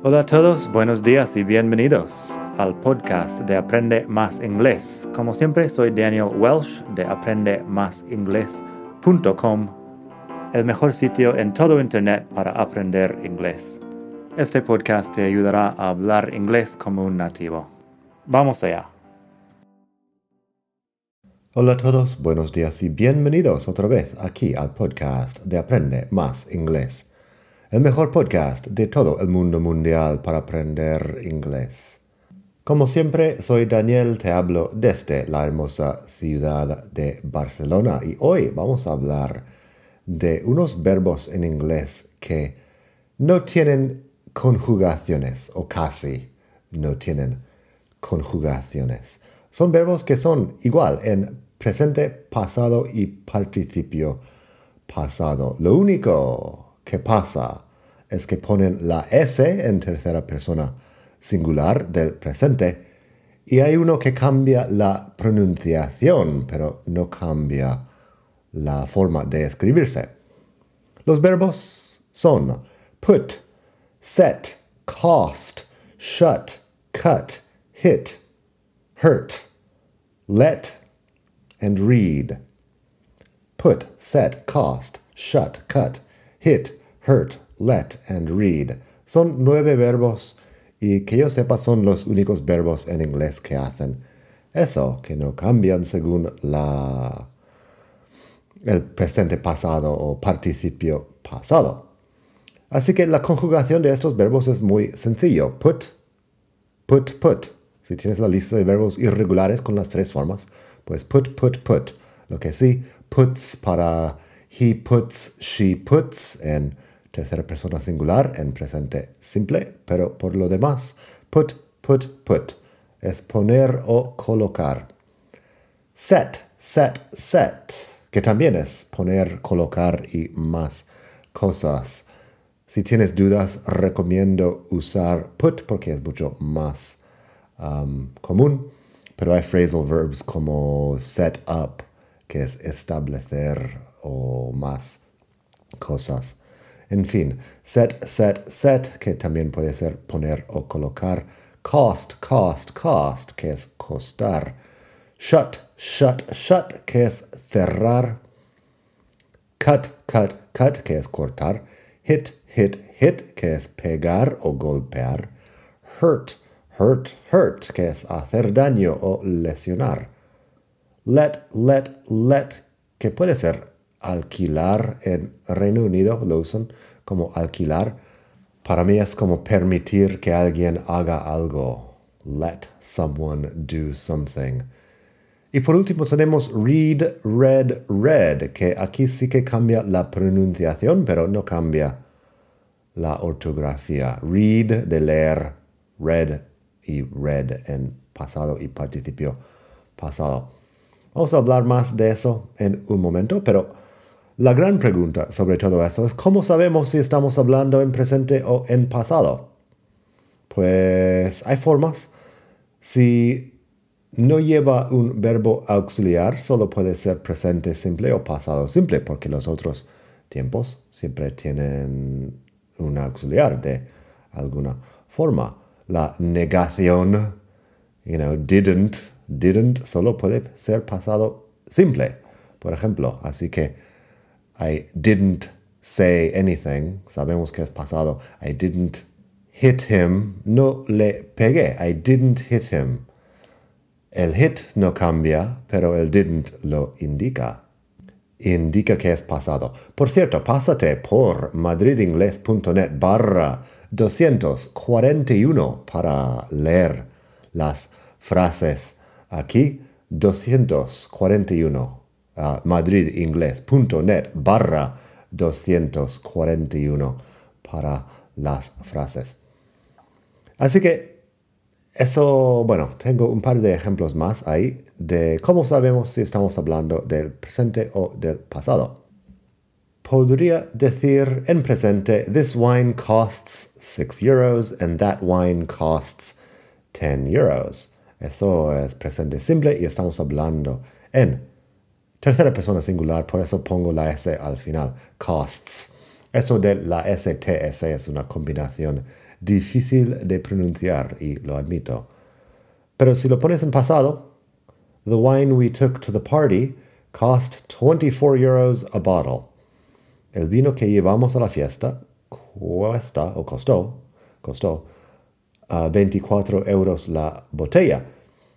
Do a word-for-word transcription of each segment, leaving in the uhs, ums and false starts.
Hola a todos, buenos días y bienvenidos al podcast de Aprende Más Inglés. Como siempre, soy Daniel Welsh de aprende más inglés punto com, el mejor sitio en todo Internet para aprender inglés. Este podcast te ayudará a hablar inglés como un nativo. Vamos allá. Hola a todos, buenos días y bienvenidos otra vez aquí al podcast de Aprende Más Inglés. El mejor podcast de todo el mundo mundial para aprender inglés. Como siempre, soy Daniel, te hablo desde la hermosa ciudad de Barcelona y hoy vamos a hablar de unos verbos en inglés que no tienen conjugaciones o casi no tienen conjugaciones. Son verbos que son igual en presente, pasado y participio pasado. Lo único que pasa es que ponen la S en tercera persona singular del presente y hay uno que cambia la pronunciación, pero no cambia la forma de escribirse. Los verbos son put, set, cost, shut, cut, hit, hurt, let, and read. Put, set, cost, shut, cut, hit, hurt, let, and read. Son nueve verbos y que yo sepa son los únicos verbos en inglés que hacen eso, que no cambian según la, el presente pasado o participio pasado. Así que la conjugación de estos verbos es muy sencillo. Put, put, put. Si tienes la lista de verbos irregulares con las tres formas, pues put, put, put. Lo que sí, puts para he puts, she puts en tercera persona singular, en presente simple, pero por lo demás, put, put, put. Es poner o colocar. Set, set, set, que también es poner, colocar y más cosas. Si tienes dudas, recomiendo usar put porque es mucho más um, común, pero hay phrasal verbs como set up, que es establecer o más cosas. En fin, set, set, set, que también puede ser poner o colocar. Cost, cost, cost, que es costar. Shut, shut, shut, que es cerrar. Cut, cut, cut, que es cortar. Hit, hit, hit, que es pegar o golpear. Hurt, hurt, hurt, que es hacer daño o lesionar. Let, let, let, que puede ser alquilar. En Reino Unido lo usan como alquilar. Para mí es como permitir que alguien haga algo. Let someone do something. Y por último tenemos read, read, read, que aquí sí que cambia la pronunciación, pero no cambia la ortografía. Read de leer, read y read en pasado y participio pasado. Vamos a hablar más de eso en un momento, pero la gran pregunta sobre todo eso es ¿cómo sabemos si estamos hablando en presente o en pasado? Pues hay formas. Si no lleva un verbo auxiliar, solo puede ser presente simple o pasado simple, porque los otros tiempos siempre tienen un auxiliar de alguna forma. La negación, you know, didn't, didn't, solo puede ser pasado simple, por ejemplo. Así que I didn't say anything, sabemos que es pasado. I didn't hit him, no le pegué. I didn't hit him. El hit no cambia, pero el didn't lo indica. Indica que es pasado. Por cierto, pásate por madridingles.net barra doscientos cuarenta y uno para leer las frases. Aquí, doscientos cuarenta y uno. Uh, madridingles.net barra doscientos cuarenta y uno para las frases. Así que eso, bueno, tengo un par de ejemplos más ahí de cómo sabemos si estamos hablando del presente o del pasado. Podría decir en presente, this wine costs six euros and that wine costs ten euros. Eso es presente simple y estamos hablando en tercera persona singular, por eso pongo la S al final. Costs. Eso de la S T S es una combinación difícil de pronunciar y lo admito. Pero si lo pones en pasado, the wine we took to the party cost twenty-four euros a bottle. El vino que llevamos a la fiesta cuesta o costó, costó uh, veinticuatro euros la botella.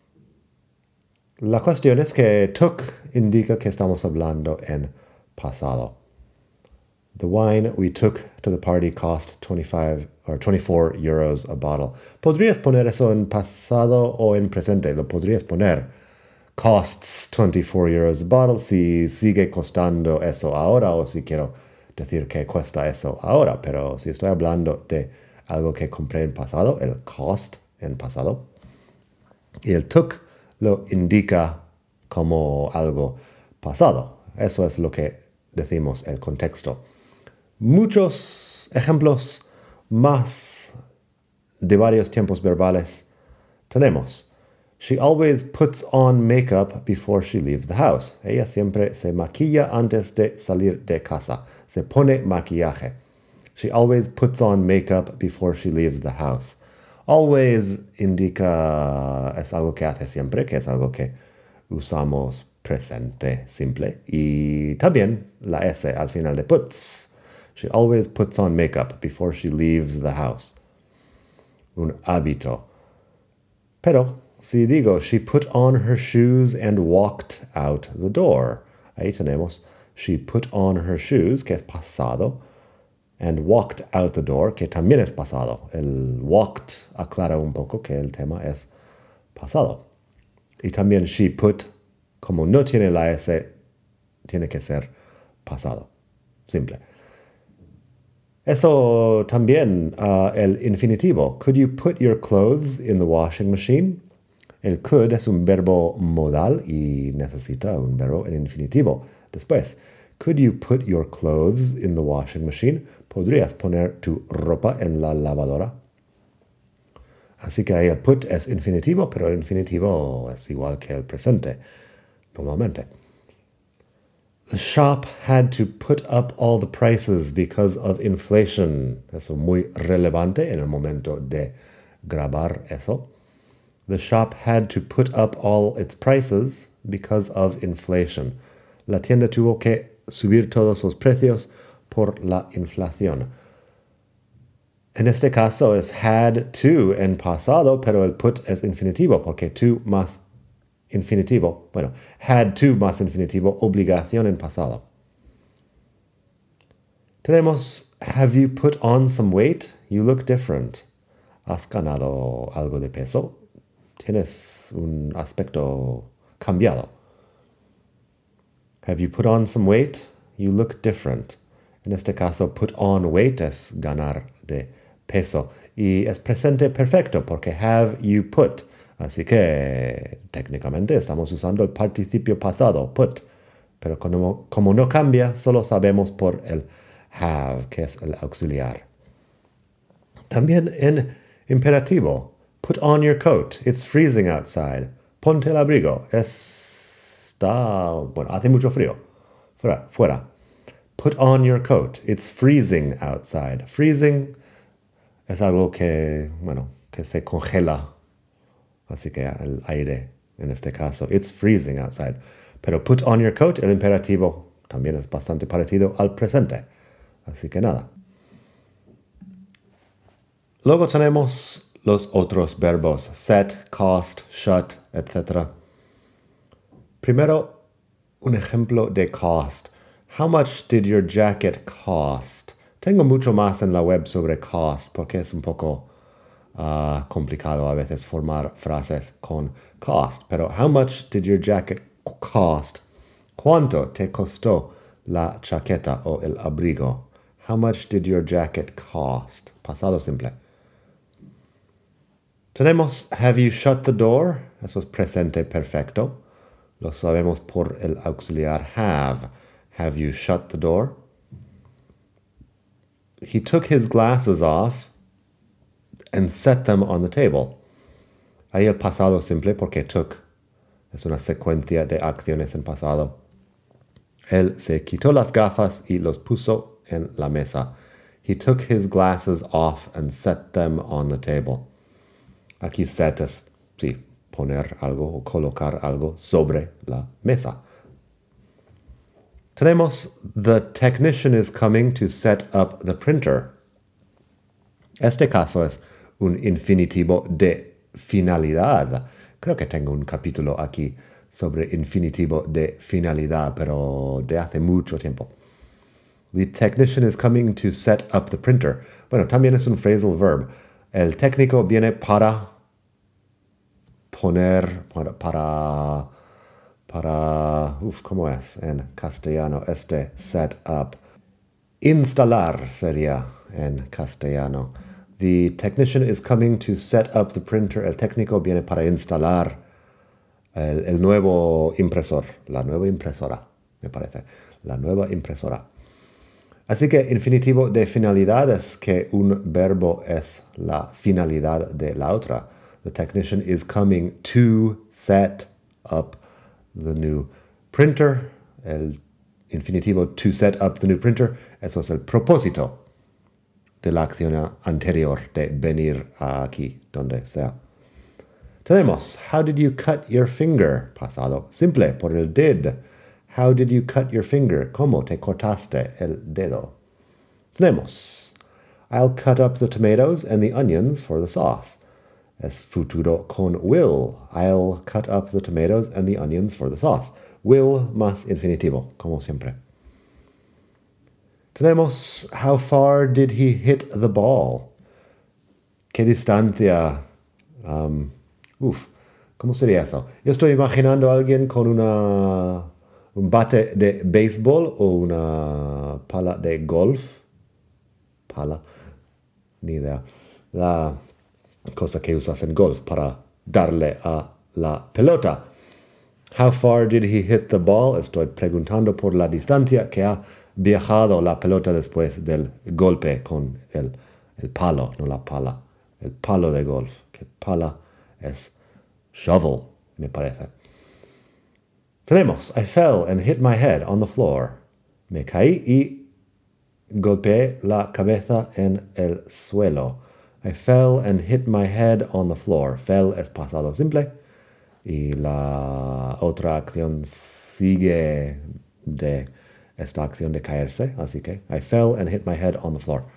La cuestión es que took indica que estamos hablando en pasado. The wine we took to the party cost twenty-five or twenty-four euros a bottle. Podrías poner eso en pasado o en presente. Lo podrías poner costs twenty-four euros a bottle si sigue costando eso ahora o si quiero decir que cuesta eso ahora. Pero si estoy hablando de algo que compré en pasado, el cost en pasado, y el took lo indica como algo pasado. Eso es lo que decimos el contexto. Muchos ejemplos más de varios tiempos verbales tenemos. She always puts on makeup before she leaves the house. Ella siempre se maquilla antes de salir de casa. Se pone maquillaje. She always puts on makeup before she leaves the house. Always indica, es algo que hace siempre, que es algo que usamos presente simple. Y también la S al final de puts. She always puts on makeup before she leaves the house. Un hábito. Pero si digo, she put on her shoes and walked out the door. Ahí tenemos, she put on her shoes, que es pasado, and walked out the door, que también es pasado. El walked aclara un poco que el tema es pasado. Y también she put, como no tiene la S, tiene que ser pasado. Simple. Eso también, uh, el infinitivo. Could you put your clothes in the washing machine? El could es un verbo modal y necesita un verbo en infinitivo. Después, could you put your clothes in the washing machine? ¿Podrías poner tu ropa en la lavadora? Así que ahí el put es infinitivo, pero el infinitivo es igual que el presente, normalmente. The shop had to put up all the prices because of inflation. Eso muy relevante en el momento de grabar eso. The shop had to put up all its prices because of inflation. La tienda tuvo que subir todos los precios por la inflación. En este caso es had to en pasado, pero el put es infinitivo, porque to más infinitivo, bueno, had to más infinitivo, obligación en pasado. Tenemos, have you put on some weight? You look different. ¿Has ganado algo de peso? Tienes un aspecto cambiado. Have you put on some weight? You look different. En este caso, put on weight es ganar de peso. Y es presente perfecto porque have you put. Así que técnicamente estamos usando el participio pasado, put. Pero como, como no cambia, solo sabemos por el have, que es el auxiliar. También en imperativo. Put on your coat. It's freezing outside. Ponte el abrigo. Está... Bueno, hace mucho frío. Fuera, fuera. Put on your coat. It's freezing outside. Freezing es algo que, bueno, que se congela. Así que el aire, en este caso. It's freezing outside. Pero put on your coat, el imperativo, también es bastante parecido al presente. Así que nada. Luego tenemos los otros verbos. Set, cost, shut, etcétera. Primero, un ejemplo de cost. How much did your jacket cost? Tengo mucho más en la web sobre cost porque es un poco uh, complicado a veces formar frases con cost. Pero how much did your jacket cost? ¿Cuánto te costó la chaqueta o el abrigo? How much did your jacket cost? Pasado simple. Tenemos have you shut the door? Eso es presente perfecto. Lo sabemos por el auxiliar have. Have you shut the door? He took his glasses off and set them on the table. Ahí el pasado simple porque took es una secuencia de acciones en pasado. Él se quitó las gafas y los puso en la mesa. He took his glasses off and set them on the table. Aquí set es, sí, poner algo o colocar algo sobre la mesa. Tenemos, the technician is coming to set up the printer. Este caso es un infinitivo de finalidad. Creo que tengo un capítulo aquí sobre infinitivo de finalidad, pero de hace mucho tiempo. The technician is coming to set up the printer. Bueno, también es un phrasal verb. El técnico viene para poner, para, para, para uf, ¿cómo es en castellano este set up? Instalar sería en castellano. The technician is coming to set up the printer. El técnico viene para instalar el, el nuevo impresor, la nueva impresora, me parece, la nueva impresora. Así que infinitivo de finalidad es que un verbo es la finalidad de la otra. The technician is coming to set up the new printer. El infinitivo to set up the new printer, eso es el propósito de la acción anterior de venir aquí, donde sea. Tenemos, how did you cut your finger? Pasado simple, por el did. How did you cut your finger? ¿Cómo te cortaste el dedo? Tenemos, I'll cut up the tomatoes and the onions for the sauce. Es futuro con will. I'll cut up the tomatoes and the onions for the sauce. Will más infinitivo, como siempre. Tenemos, how far did he hit the ball? ¿Qué distancia? Um, uf, ¿cómo sería eso? Yo estoy imaginando a alguien con una, un bate de béisbol o una pala de golf. Pala, ni idea. La cosa que usas en golf para darle a la pelota. How far did he hit the ball? Estoy preguntando por la distancia que ha viajado la pelota después del golpe con el, el palo, no la pala. El palo de golf. Que pala es shovel, me parece. Tenemos, I fell and hit my head on the floor. Me caí y golpeé la cabeza en el suelo. I fell and hit my head on the floor. Fell es pasado simple. Y la otra acción sigue de esta acción de caerse. Así que, I fell and hit my head on the floor.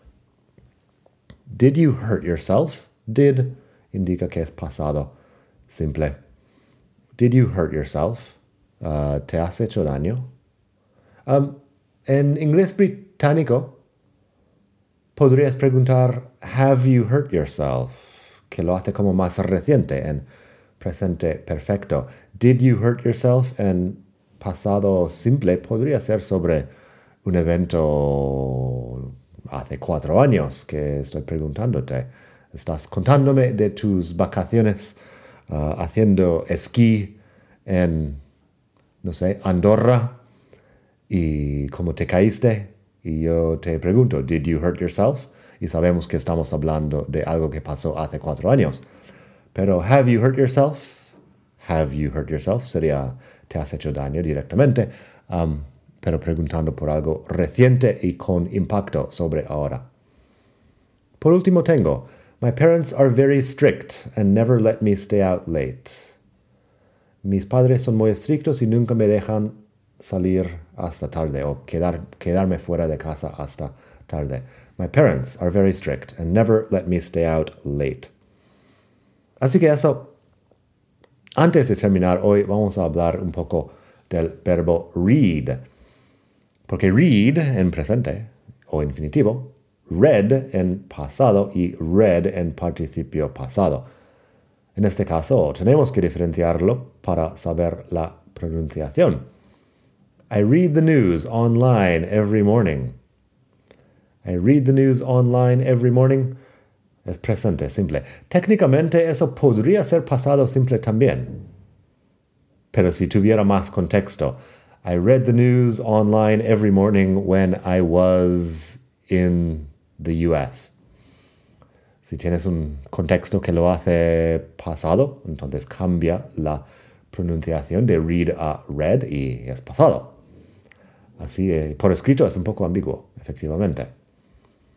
Did you hurt yourself? Did indica que es pasado simple. Did you hurt yourself? Uh, ¿Te has hecho daño? Um, en inglés británico, podrías preguntar, have you hurt yourself? Que lo hace como más reciente en presente perfecto. Did you hurt yourself? En pasado simple podría ser sobre un evento hace cuatro años que estoy preguntándote. Estás contándome de tus vacaciones uh, haciendo esquí en, no sé, Andorra y cómo te caíste. Y yo te pregunto, did you hurt yourself? Y sabemos que estamos hablando de algo que pasó hace cuatro años. Pero, have you hurt yourself? Have you hurt yourself? Sería, te has hecho daño directamente. Um, pero preguntando por algo reciente y con impacto sobre ahora. Por último tengo, my parents are very strict and never let me stay out late. Mis padres son muy estrictos y nunca me dejan salir hasta tarde o quedar, quedarme fuera de casa hasta tarde. My parents are very strict and never let me stay out late. Así que eso, antes de terminar hoy vamos a hablar un poco del verbo read. Porque read en presente o infinitivo, read en pasado y read en participio pasado. En este caso tenemos que diferenciarlo para saber la pronunciación. I read the news online every morning. I read the news online every morning. Es presente simple. Técnicamente eso podría ser pasado simple también. Pero si tuviera más contexto, I read the news online every morning when I was in the U S. Si tienes un contexto que lo hace pasado, entonces cambia la pronunciación de read a read y es pasado. Así, eh, por escrito es un poco ambiguo, efectivamente.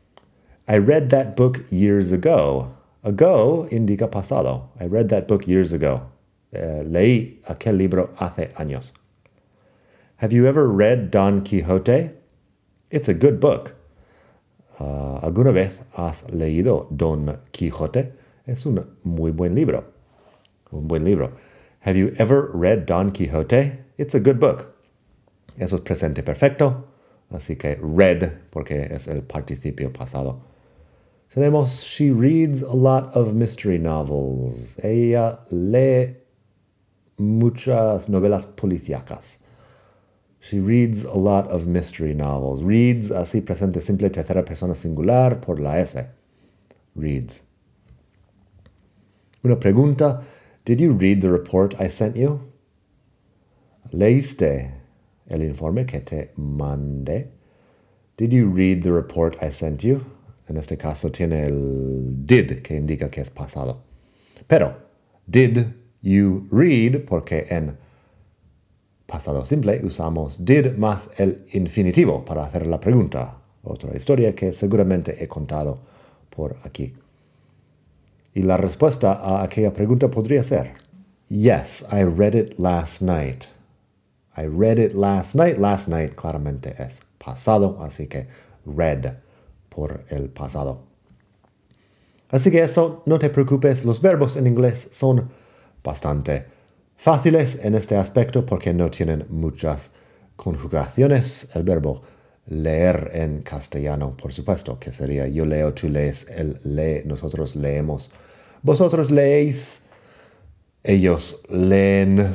I read that book years ago. Ago indica pasado. I read that book years ago. Uh, leí aquel libro hace años. Have you ever read Don Quixote? It's a good book. Uh, ¿Alguna vez has leído Don Quijote? Es un muy buen libro. Un buen libro. Have you ever read Don Quixote? It's a good book. Eso es presente perfecto. Así que read, porque es el participio pasado. Tenemos, she reads a lot of mystery novels. Ella lee muchas novelas policíacas. She reads a lot of mystery novels. Reads, así presente simple tercera persona singular por la S. Reads. Una pregunta. Did you read the report I sent you? ¿Leíste el informe que te mandé? Did you read the report I sent you? En este caso tiene el did, que indica que es pasado. Pero, did you read? Porque en pasado simple usamos did más el infinitivo para hacer la pregunta. Otra historia que seguramente he contado por aquí. Y la respuesta a aquella pregunta podría ser, yes, I read it last night. I read it last night. Last night claramente es pasado, así que read por el pasado. Así que eso, no te preocupes, los verbos en inglés son bastante fáciles en este aspecto porque no tienen muchas conjugaciones. El verbo leer en castellano, por supuesto, que sería yo leo, tú lees, él lee, nosotros leemos, vosotros leéis, ellos leen.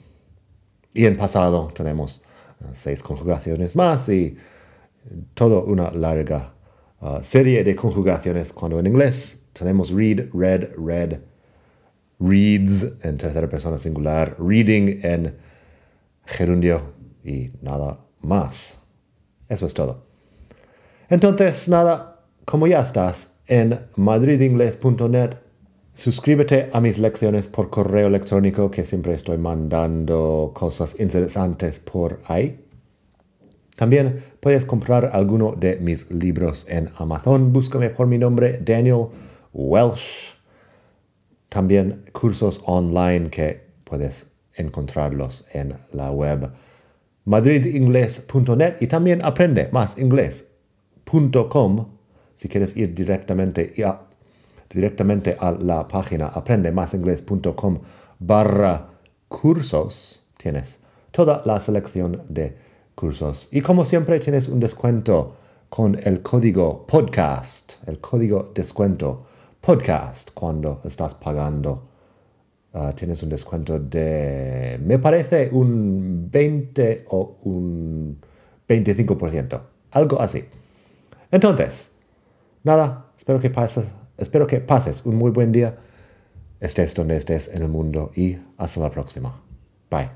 Y en pasado tenemos uh, seis conjugaciones más y toda una larga uh, serie de conjugaciones cuando en inglés tenemos read, read, read, reads en tercera persona singular, reading en gerundio y nada más. Eso es todo. Entonces, nada, como ya estás en madrid ingles punto net, suscríbete a mis lecciones por correo electrónico, que siempre estoy mandando cosas interesantes por ahí. También puedes comprar alguno de mis libros en Amazon. Búscame por mi nombre, Daniel Welsh. También cursos online que puedes encontrarlos en la web madrid ingles punto net y también aprende más inglés punto com si quieres ir directamente a, directamente a la página aprende más inglés punto com barra cursos. Tienes toda la selección de cursos y como siempre tienes un descuento con el código podcast, el código descuento podcast cuando estás pagando. Uh, tienes un descuento de, me parece, un veinte o un veinticinco por ciento. Algo así. Entonces, nada, espero que pases, espero que pases un muy buen día. Estés donde estés en el mundo y hasta la próxima. Bye.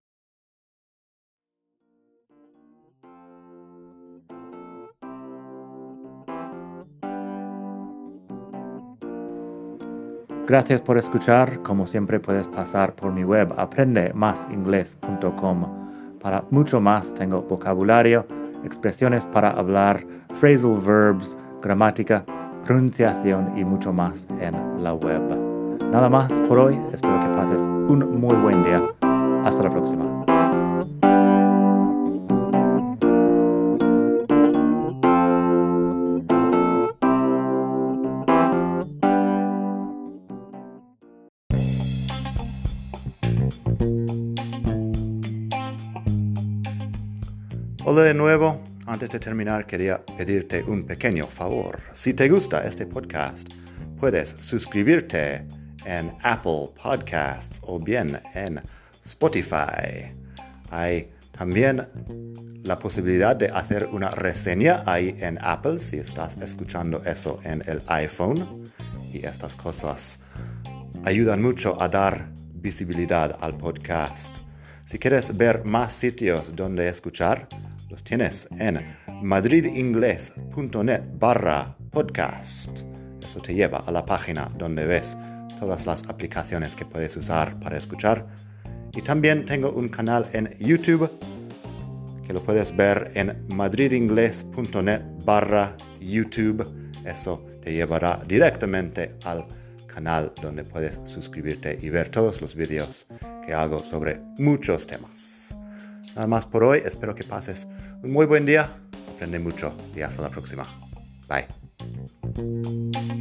Gracias por escuchar. Como siempre puedes pasar por mi web aprende más inglés punto com. Para mucho más tengo vocabulario, expresiones para hablar, phrasal verbs, gramática, pronunciación y mucho más en la web. Nada más por hoy. Espero que pases un muy buen día. Hasta la próxima. Hola de nuevo. Antes de terminar, quería pedirte un pequeño favor. Si te gusta este podcast, puedes suscribirte en Apple Podcasts o bien en Spotify. Hay también la posibilidad de hacer una reseña ahí en Apple si estás escuchando eso en el iPhone. Y estas cosas ayudan mucho a dar visibilidad al podcast. Si quieres ver más sitios donde escuchar, los tienes en madrid ingles punto net barra podcast. Eso te lleva a la página donde ves todas las aplicaciones que puedes usar para escuchar. Y también tengo un canal en YouTube que lo puedes ver en madrid ingles punto net barra YouTube. Eso te llevará directamente al canal donde puedes suscribirte y ver todos los videos que hago sobre muchos temas. Nada más por hoy. Espero que pases un muy buen día. Aprende mucho y hasta la próxima. Bye.